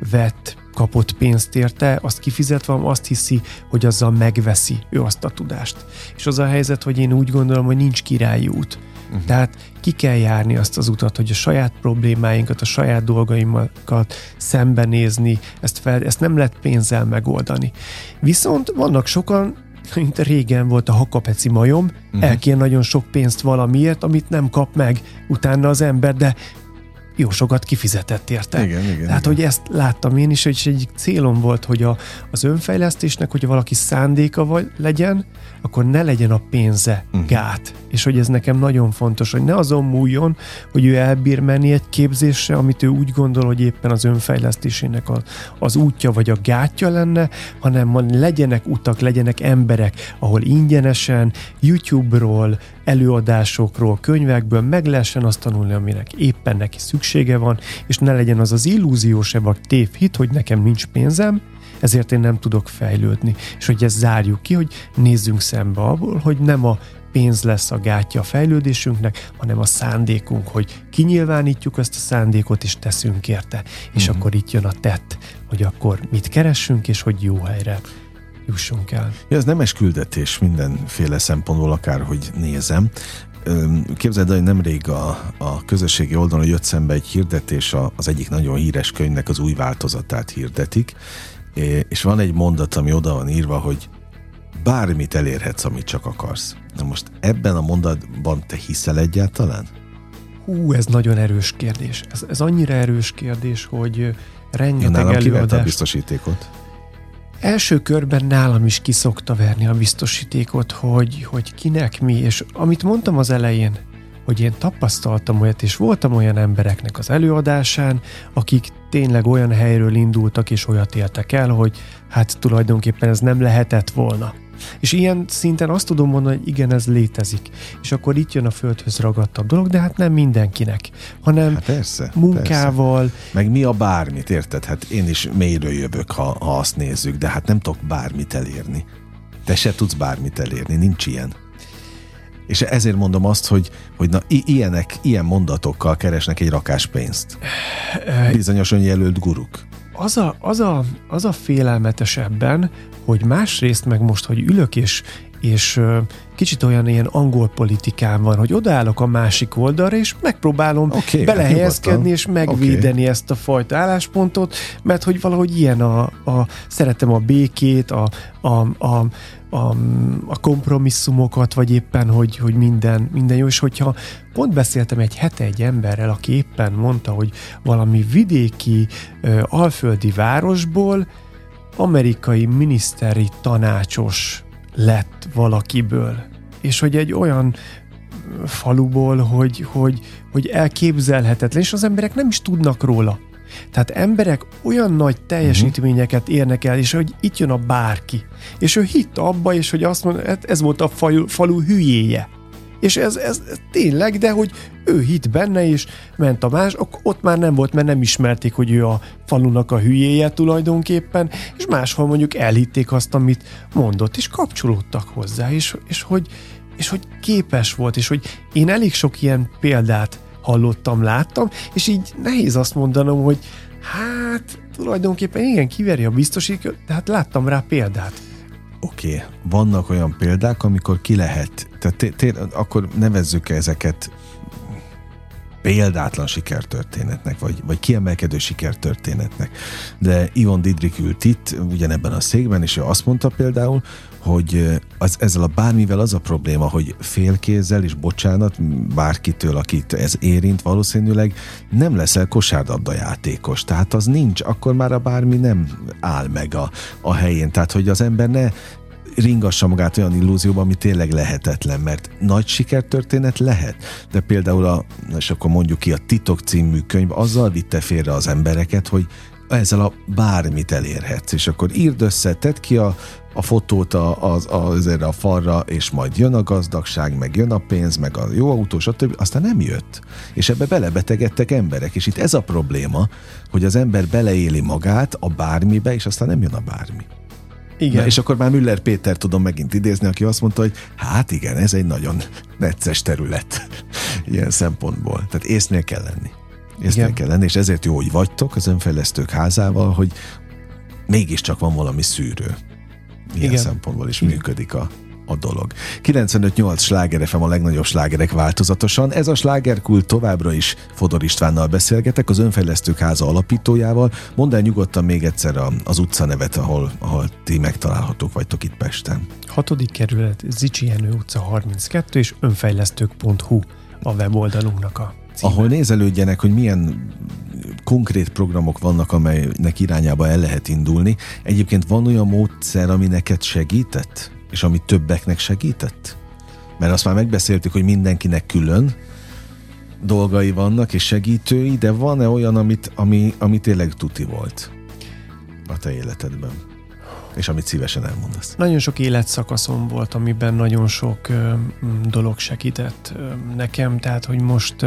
kapott pénzt érte, azt kifizetve, azt hiszi, hogy azzal megveszi ő azt a tudást. És az a helyzet, hogy én úgy gondolom, hogy nincs királyi út. Tehát ki kell járni azt az utat, hogy a saját problémáinkat, a saját dolgainkat szembenézni, ezt nem lehet pénzzel megoldani. Viszont vannak sokan, mint régen volt a hakapeci majom, elkér nagyon sok pénzt valamiért, amit nem kap meg utána az ember, de jó sokat kifizetett érte. Igen, tehát, hogy ezt láttam én is, hogy egyik célom volt, hogy az önfejlesztésnek, hogyha valaki szándéka legyen, akkor ne legyen a pénze gát. És hogy ez nekem nagyon fontos, hogy ne azon múljon, hogy ő elbír menni egy képzésre, amit ő úgy gondol, hogy éppen az önfejlesztésének az útja vagy a gátja lenne, hanem legyenek utak, legyenek emberek, ahol ingyenesen YouTube-ról, előadásokról, könyvekből meg lehessen azt tanulni, aminek éppen neki szüksége van, és ne legyen az az illúziós vagy tévhit, hogy nekem nincs pénzem, ezért én nem tudok fejlődni. És hogy ezt zárjuk ki, hogy nézzünk szembe abból, hogy nem a pénz lesz a gátja a fejlődésünknek, hanem a szándékunk, hogy kinyilvánítjuk ezt a szándékot, és teszünk érte. És akkor itt jön a tett, hogy akkor mit keressünk, és hogy jó helyre jussunk el. Ja, ez nemes küldetés mindenféle szempontból, akárhogy nézem. Képzeld el, hogy nemrég a közösségi oldalon jött szembe egy hirdetés, az egyik nagyon híres könyvnek az új változatát hirdetik, és van egy mondat, ami oda van írva, hogy bármit elérhetsz, amit csak akarsz. Na most ebben a mondatban te hiszel egyáltalán? Ez nagyon erős kérdés. Ez annyira erős kérdés, hogy rengeteg nálam előadást... kivette a biztosítékot? Első körben nálam is ki szokta verni a biztosítékot, hogy kinek mi, és amit mondtam az elején, hogy én tapasztaltam olyat, és voltam olyan embereknek az előadásán, akik tényleg olyan helyről indultak, és olyat éltek el, hogy hát tulajdonképpen ez nem lehetett volna. És ilyen szinten azt tudom mondani, hogy igen, ez létezik. És akkor itt jön a földhöz ragadtabb dolog, de hát nem mindenkinek, hanem persze, munkával. Persze. Meg mi a bármit, érted? Hát én is mélyről jövök, ha azt nézzük, de hát nem tudok bármit elérni. Te se tudsz bármit elérni, nincs ilyen. És ezért mondom azt, hogy na, ilyen mondatokkal keresnek egy rakás pénzt. Bizonyos önjelölt guruk. Az a félelmetes ebben, hogy másrészt meg most, hogy ülök és kicsit olyan ilyen angol politikán van, hogy odaállok a másik oldalra, és megpróbálom belehelyezkedni, és megvédeni ezt a fajta álláspontot, mert hogy valahogy ilyen szeretem a békét, a kompromisszumokat, vagy éppen, hogy minden jó, és hogyha pont beszéltem egy hete egy emberrel, aki éppen mondta, hogy valami vidéki, alföldi városból amerikai miniszteri tanácsos lett valakiből, és hogy egy olyan faluból, hogy elképzelhetetlen, és az emberek nem is tudnak róla. Tehát emberek olyan nagy teljesítményeket érnek el, és hogy itt jön a bárki. És ő hitt abba, és hogy azt mondja, hát ez volt a falu hülyéje. És ez tényleg, de hogy ő hitt benne, és ment a más, ott már nem volt, mert nem ismerték, hogy ő a falunak a hülyéje tulajdonképpen, és máshol mondjuk elhitték azt, amit mondott, és kapcsolódtak hozzá, és hogy képes volt, és hogy én elég sok ilyen példát hallottam, láttam, és így nehéz azt mondanom, hogy hát tulajdonképpen igen, kiveri a biztosítékot, de hát láttam rá példát. Oké, vannak olyan példák, amikor ki lehet, tehát akkor nevezzük ezeket példátlan sikertörténetnek, vagy kiemelkedő sikertörténetnek. De Ivan Didrik ült itt, ugyanebben a székben, és ő azt mondta például, hogy ezzel a bármivel az a probléma, hogy félkézzel és bocsánat bárkitől, akit ez érint, valószínűleg nem leszel kosárlabda játékos. Tehát az nincs, akkor már a bármi nem áll meg a helyén. Tehát, hogy az ember ne ringassa magát olyan illúzióban, ami tényleg lehetetlen, mert nagy sikertörténet lehet, de például és akkor mondjuk ki a Titok című könyv azzal vitte félre az embereket, hogy ezzel a bármit elérhetsz, és akkor írd össze, tedd ki a fotót a falra, és majd jön a gazdagság, meg jön a pénz, meg a jó autó, stb. Aztán nem jött. És ebbe belebetegedtek emberek, és itt ez a probléma, hogy az ember beleéli magát a bármibe, és aztán nem jön a bármi. Igen. Na, és akkor már Müller Péter tudom megint idézni, aki azt mondta, hogy hát igen, ez egy nagyon necces terület ilyen szempontból. Tehát észnél kell lenni. Észnél kell lenni, és ezért jó, hogy vagytok az Önfejlesztők Házával, hogy mégiscsak van valami szűrő. Ilyen szempontból is működik a dolog. 95.8 Sláger FM, a legnagyobb slágerek változatosan. Ez a Slágerkult, továbbra is Fodor Istvánnal beszélgetek, az Önfejlesztők Háza alapítójával. Mondd el nyugodtan még egyszer az utcanevet, ahol ti megtalálhatók vagytok itt Pesten. 6. kerület, Zichy Jenő utca 32 és önfejlesztők.hu a weboldalunknak a címe. Ahol nézelődjenek, hogy milyen konkrét programok vannak, amelynek irányába el lehet indulni. Egyébként van olyan módszer, ami neked segített? És ami többeknek segített? Mert azt már megbeszéltük, hogy mindenkinek külön dolgai vannak, és segítői, de van-e olyan, ami tényleg tuti volt a te életedben? És amit szívesen elmondasz. Nagyon sok életszakaszom volt, amiben nagyon sok dolog segített nekem, tehát, hogy most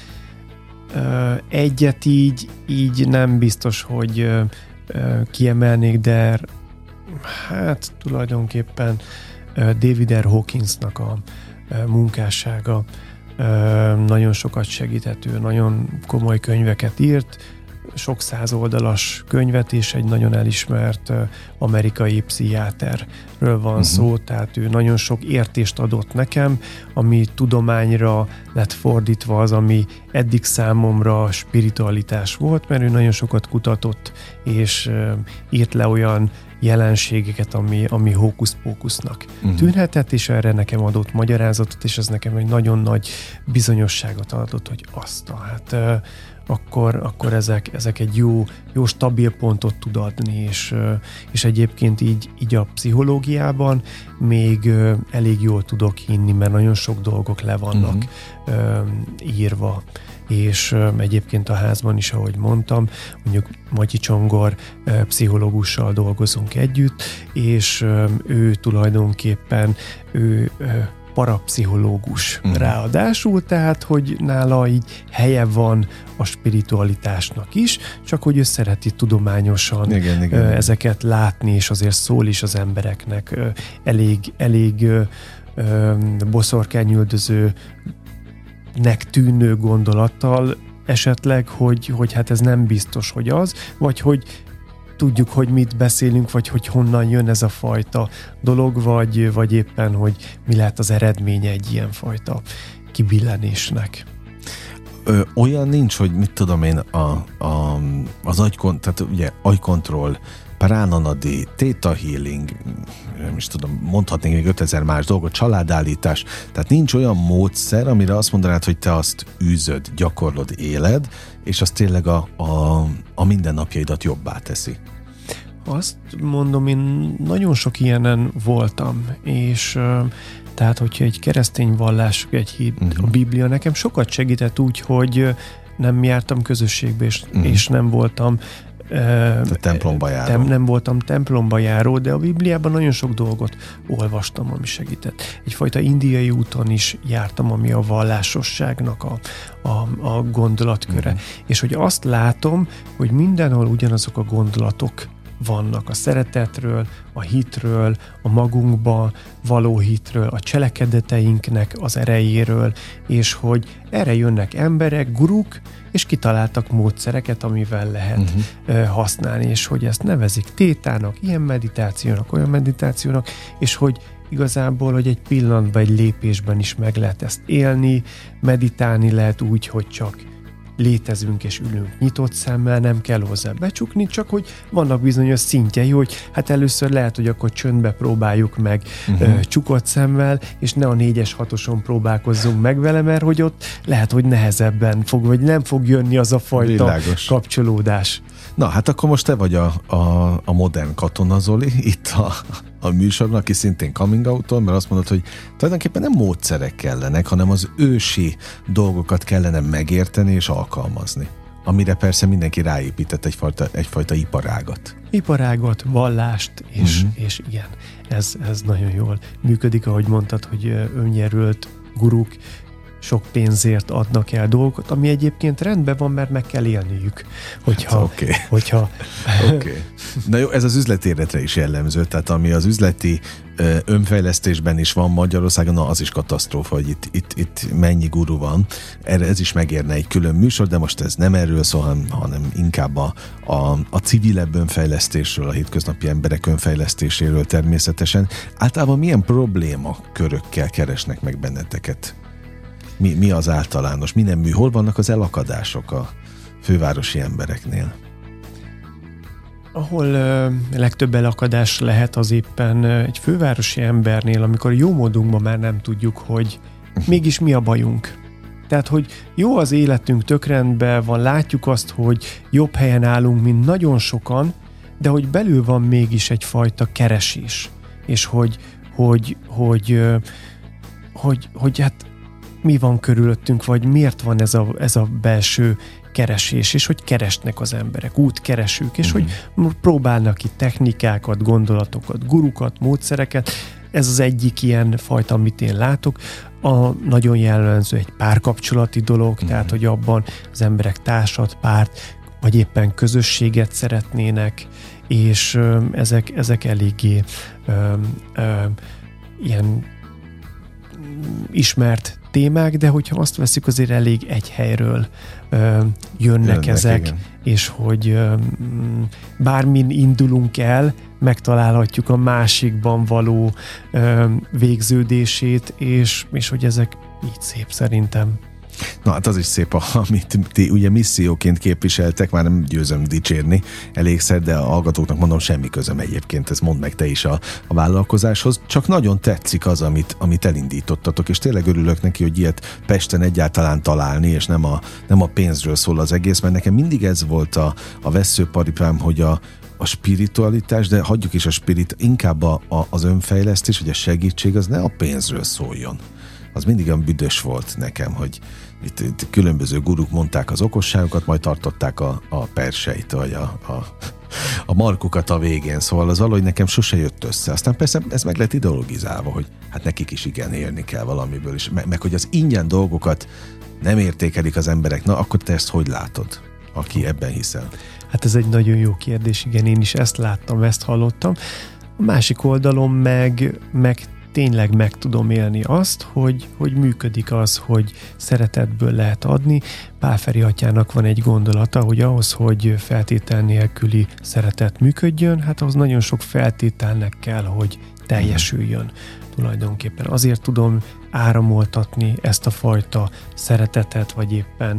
egyet így nem biztos, hogy kiemelnék, de hát tulajdonképpen David R. Hawkinsnak a munkássága nagyon sokat segített, ő nagyon komoly könyveket írt, sok száz oldalas könyvet, és egy nagyon elismert amerikai pszichiáterről van szó, tehát ő nagyon sok értést adott nekem, ami tudományra lett fordítva az, ami eddig számomra spiritualitás volt, mert ő nagyon sokat kutatott, és írt le olyan jelenségeket, ami hókusz-pókusznak tűnhetett, és erre nekem adott magyarázatot, és ez nekem egy nagyon nagy bizonyosságot adott, hogy akkor ezek egy jó stabil pontot tud adni, és egyébként így a pszichológiában még elég jól tudok hinni, mert nagyon sok dolgok le vannak írva, és egyébként a házban is, ahogy mondtam, mondjuk Matyi Csongor pszichológussal dolgozunk együtt, és ő tulajdonképpen parapszichológus ráadásul, tehát, hogy nála így helye van a spiritualitásnak is, csak hogy ő szereti tudományosan ezeket látni, és azért szól is az embereknek elég boszorkányüldözőnek tűnő gondolattal esetleg, hogy hát ez nem biztos, hogy az, vagy hogy tudjuk, hogy mit beszélünk, vagy hogy honnan jön ez a fajta dolog, vagy éppen, hogy mi lehet az eredménye egy ilyen fajta kibillenésnek. Olyan nincs, hogy mit tudom én, az tehát ugye agykontroll, pránanadi, theta healing, nem is tudom, mondhatnék még 5000 más dolgot, családállítás, tehát nincs olyan módszer, amire azt mondanád, hogy te azt űzöd, gyakorlod, éled, és az tényleg a mindennapjaidat jobbá teszi. Azt mondom, én nagyon sok ilyenen voltam, és tehát, hogyha egy keresztény vallás, egy hit, a Biblia nekem sokat segített úgy, hogy nem jártam közösségbe, és nem voltam templomba járó. Nem voltam templomba járó, de a Bibliában nagyon sok dolgot olvastam, ami segített. Egyfajta indiai úton is jártam, ami a vallásosságnak a gondolatköre. És hogy azt látom, hogy mindenhol ugyanazok a gondolatok vannak a szeretetről, a hitről, a magunkba való hitről, a cselekedeteinknek az erejéről, és hogy erre jönnek emberek, guruk, és kitaláltak módszereket, amivel lehet használni, és hogy ezt nevezik tétának, ilyen meditációnak, olyan meditációnak, és hogy igazából, hogy egy pillanatban, egy lépésben is meg lehet ezt élni, meditálni lehet úgy, hogy csak létezünk és ülünk nyitott szemmel, nem kell hozzá becsukni, csak hogy vannak bizonyos szintjei, hogy hát először lehet, hogy akkor csöndbe próbáljuk meg csukott szemmel, és ne a 4-es 6-oson próbálkozzunk meg vele, mert hogy ott lehet, hogy nehezebben fog, vagy nem fog jönni az a fajta kapcsolódás. Na, hát akkor most te vagy a modern katona, Zoli, itt a műsorban, aki szintén coming out-on, mert azt mondod, hogy tulajdonképpen nem módszerek kellenek, hanem az ősi dolgokat kellene megérteni és alkalmazni. Amire persze mindenki ráépített egyfajta iparágat. Iparágat, vallást, és igen. Ez nagyon jól működik, ahogy mondtad, hogy önjelölt guruk sok pénzért adnak el dolgokat, ami egyébként rendben van, mert meg kell élniük. Hogyha... Oké. Na jó, ez az üzleti életre is jellemző, tehát ami az üzleti önfejlesztésben is van Magyarországon, na az is katasztrófa, hogy itt mennyi guru van. Erre ez is megérne egy külön műsor, de most ez nem erről szól, hanem inkább a civilebb önfejlesztésről, a hétköznapi emberek önfejlesztéséről természetesen. Általában milyen problémakörökkel keresnek meg benneteket? Mi az általános? Mi nem mű? Hol vannak az elakadások a fővárosi embereknél? Ahol legtöbb elakadás lehet, az éppen egy fővárosi embernél, amikor jó módunkban már nem tudjuk, hogy mégis mi a bajunk. Tehát, hogy jó az életünk, tök rendben van, látjuk azt, hogy jobb helyen állunk, mint nagyon sokan, de hogy belül van mégis egyfajta keresés. És hogy hát mi van körülöttünk, vagy miért van ez a belső keresés, és hogy keresnek az emberek, útkeresők, és hogy próbálnak ki technikákat, gondolatokat, gurukat, módszereket. Ez az egyik ilyen fajta, amit én látok. Nagyon jellemző egy párkapcsolati dolog, tehát, hogy abban az emberek társat, párt, vagy éppen közösséget szeretnének, és ezek eléggé ilyen ismert témák, de hogyha azt veszük, azért elég egy helyről jönnek ezek, igen. És hogy bármin indulunk el, megtalálhatjuk a másikban való végződését, és hogy ezek így szép szerintem. Na hát az is szép, amit ti ugye misszióként képviseltek, már nem győzöm dicsérni elégszer, de a hallgatóknak mondom, semmi közöm egyébként, ezt mondd meg te is a vállalkozáshoz, csak nagyon tetszik az, amit elindítottatok, és tényleg örülök neki, hogy ilyet Pesten egyáltalán találni, és nem a pénzről szól az egész, mert nekem mindig ez volt a vesszőparipám, hogy a spiritualitás, de hagyjuk is inkább az önfejlesztés, hogy a segítség az ne a pénzről szóljon, az mindig olyan büdös volt nekem, hogy itt különböző guruk mondták az okosságokat, majd tartották a perseit, vagy a markukat a végén, szóval az valahogy nekem sose jött össze. Aztán persze ez meg lett ideologizálva, hogy hát nekik is igen élni kell valamiből, és meg hogy az ingyen dolgokat nem értékelik az emberek. Na, akkor te ezt hogy látod, aki ebben hiszel? Hát ez egy nagyon jó kérdés, igen, én is ezt láttam, ezt hallottam. A másik oldalon meg tényleg meg tudom élni azt, hogy működik az, hogy szeretetből lehet adni. Pál Feri atyának van egy gondolata, hogy ahhoz, hogy feltétel nélküli szeretet működjön, hát ahhoz nagyon sok feltételnek kell, hogy teljesüljön. Tulajdonképpen azért tudom áramoltatni ezt a fajta szeretetet, vagy éppen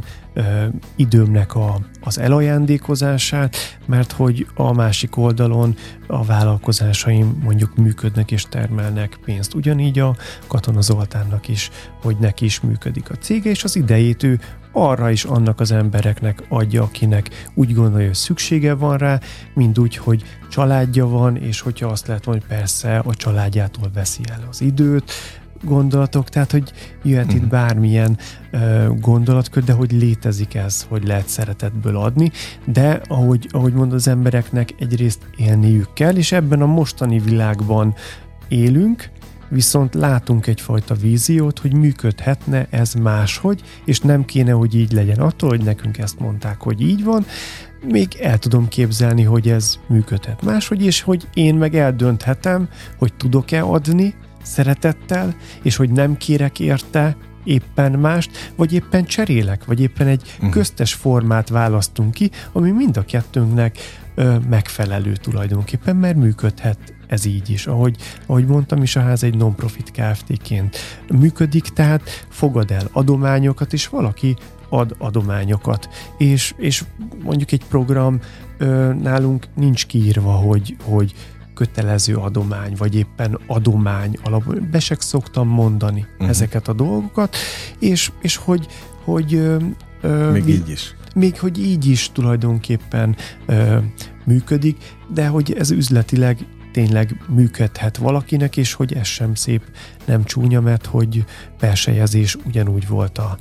időmnek az elajándékozását, mert hogy a másik oldalon a vállalkozásaim mondjuk működnek és termelnek pénzt. Ugyanígy a Katona Zoltánnak is, hogy neki is működik a cége, és az idejét ő arra is annak az embereknek adja, akinek úgy gondolja, hogy szüksége van rá, mind úgy, hogy családja van, és hogyha azt lehet mondani, hogy persze a családjától veszi el az időt, gondolatok, tehát hogy jöhet itt bármilyen gondolatkör, de hogy létezik ez, hogy lehet szeretetből adni, de ahogy mondod, az embereknek egyrészt élniük kell, és ebben a mostani világban élünk, viszont látunk egyfajta víziót, hogy működhetne ez máshogy, és nem kéne, hogy így legyen. Attól, hogy nekünk ezt mondták, hogy így van, még el tudom képzelni, hogy ez működhet máshogy, és hogy én meg eldönthetem, hogy tudok-e adni szeretettel, és hogy nem kérek érte éppen mást, vagy éppen cserélek, vagy éppen egy köztes formát választunk ki, ami mind a kettőnknek megfelelő tulajdonképpen, mert működhet ez így is. Ahogy mondtam is, a ház egy non-profit Kft-ként működik, tehát fogad el adományokat, és valaki ad adományokat. És mondjuk egy program nálunk nincs kiírva, hogy kötelező adomány, vagy éppen adomány alapul. Be se szoktam mondani ezeket a dolgokat, és hogy még így is. Még hogy így is tulajdonképpen működik, de hogy ez üzletileg tényleg működhet valakinek, és hogy ez sem szép, nem csúnya, mert hogy persejezés ugyanúgy volt a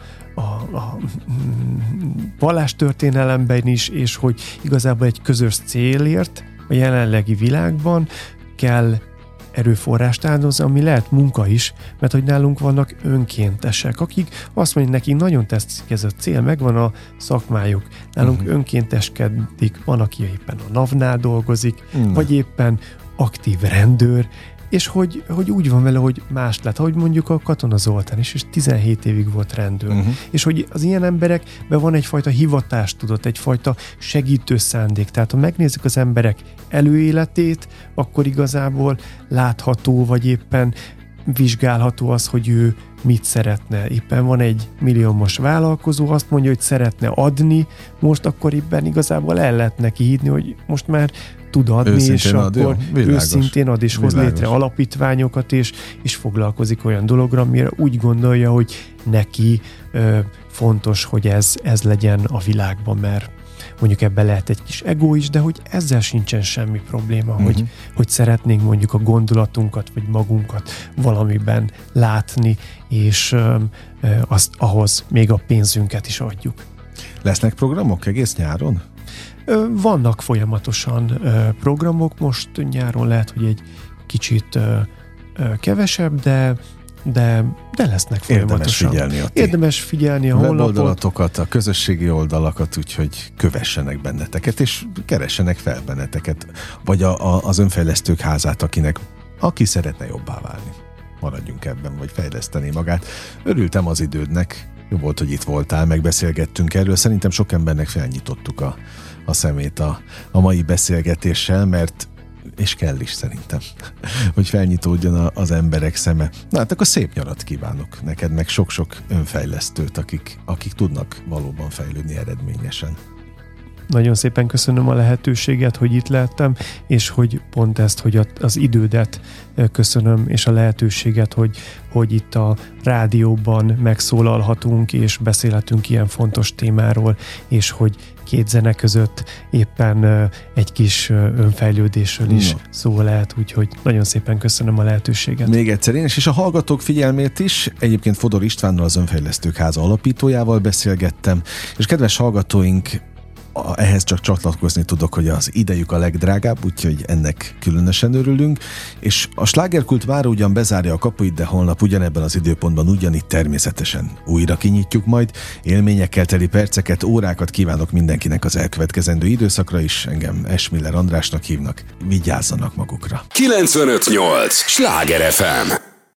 vallástörténelemben is, és hogy igazából egy közös célért a jelenlegi világban kell erőforrást áldozni, ami lehet munka is, mert hogy nálunk vannak önkéntesek, akik azt mondják, nekik nagyon tetszik ez a cél, megvan a szakmájuk. Nálunk önkénteskedik, van, aki éppen a NAV-nál dolgozik, vagy éppen aktív rendőr, és hogy úgy van vele, hogy más lett, ahogy mondjuk a Katona Zoltán is, és 17 évig volt rendőr. És hogy az ilyen emberekben van egyfajta hivatástudat, egyfajta segítő szándék. Tehát ha megnézzük az emberek előéletét, akkor igazából látható, vagy éppen vizsgálható az, hogy ő mit szeretne. Éppen van egy milliómos vállalkozó, azt mondja, hogy szeretne adni, most akkor éppen igazából el lehet neki hívni, hogy most már tud adni, őszintén és ad, akkor őszintén ad, és hoz létre alapítványokat, és foglalkozik olyan dologra, amire úgy gondolja, hogy neki fontos, hogy ez legyen a világban, mert mondjuk ebben lehet egy kis ego is, de hogy ezzel sincsen semmi probléma, hogy szeretnénk mondjuk a gondolatunkat, vagy magunkat valamiben látni, és ahhoz még a pénzünket is adjuk. Lesznek programok egész nyáron? Vannak folyamatosan programok, most nyáron lehet, hogy egy kicsit kevesebb, de lesznek folyamatosan. Érdemes figyelni a honlapot. Weboldalatokat, a közösségi oldalakat, úgyhogy kövessenek benneteket, és keressenek fel benneteket, vagy az önfejlesztők házát, aki szeretne jobbá válni. Maradjunk ebben, vagy fejleszteni magát. Örültem az idődnek, jó volt, hogy itt voltál, megbeszélgettünk erről. Szerintem sok embernek felnyitottuk a szemét a mai beszélgetéssel, mert és kell is szerintem, hogy felnyitódjon az emberek szeme. Na hát akkor szép nyarat kívánok neked, meg sok-sok önfejlesztőt, akik tudnak valóban fejlődni eredményesen. nagyon szépen köszönöm a lehetőséget, hogy itt lehettem, és hogy pont ezt, hogy az idődet köszönöm, és a lehetőséget, hogy itt a rádióban megszólalhatunk, és beszélhetünk ilyen fontos témáról, és hogy két zene között éppen egy kis önfejlődésről is szó lehet, úgyhogy nagyon szépen köszönöm a lehetőséget. Még egyszer én és a hallgatók figyelmét is, egyébként Fodor Istvánnal, az Önfejlesztők Háza alapítójával beszélgettem, és kedves hallgatóink, ehhez csak csatlakozni tudok, hogy az idejük a legdrágább, úgyhogy ennek különösen örülünk, és a Slágerkult mára ugyan bezárja a kapuit, de holnap ugyanebben az időpontban ugyanitt természetesen újra kinyitjuk majd. Élményekkel teli perceket, órákat kívánok mindenkinek az elkövetkezendő időszakra is. Engem Esmiller Andrásnak hívnak. Vigyázzanak magukra. 95.8 Sláger FM.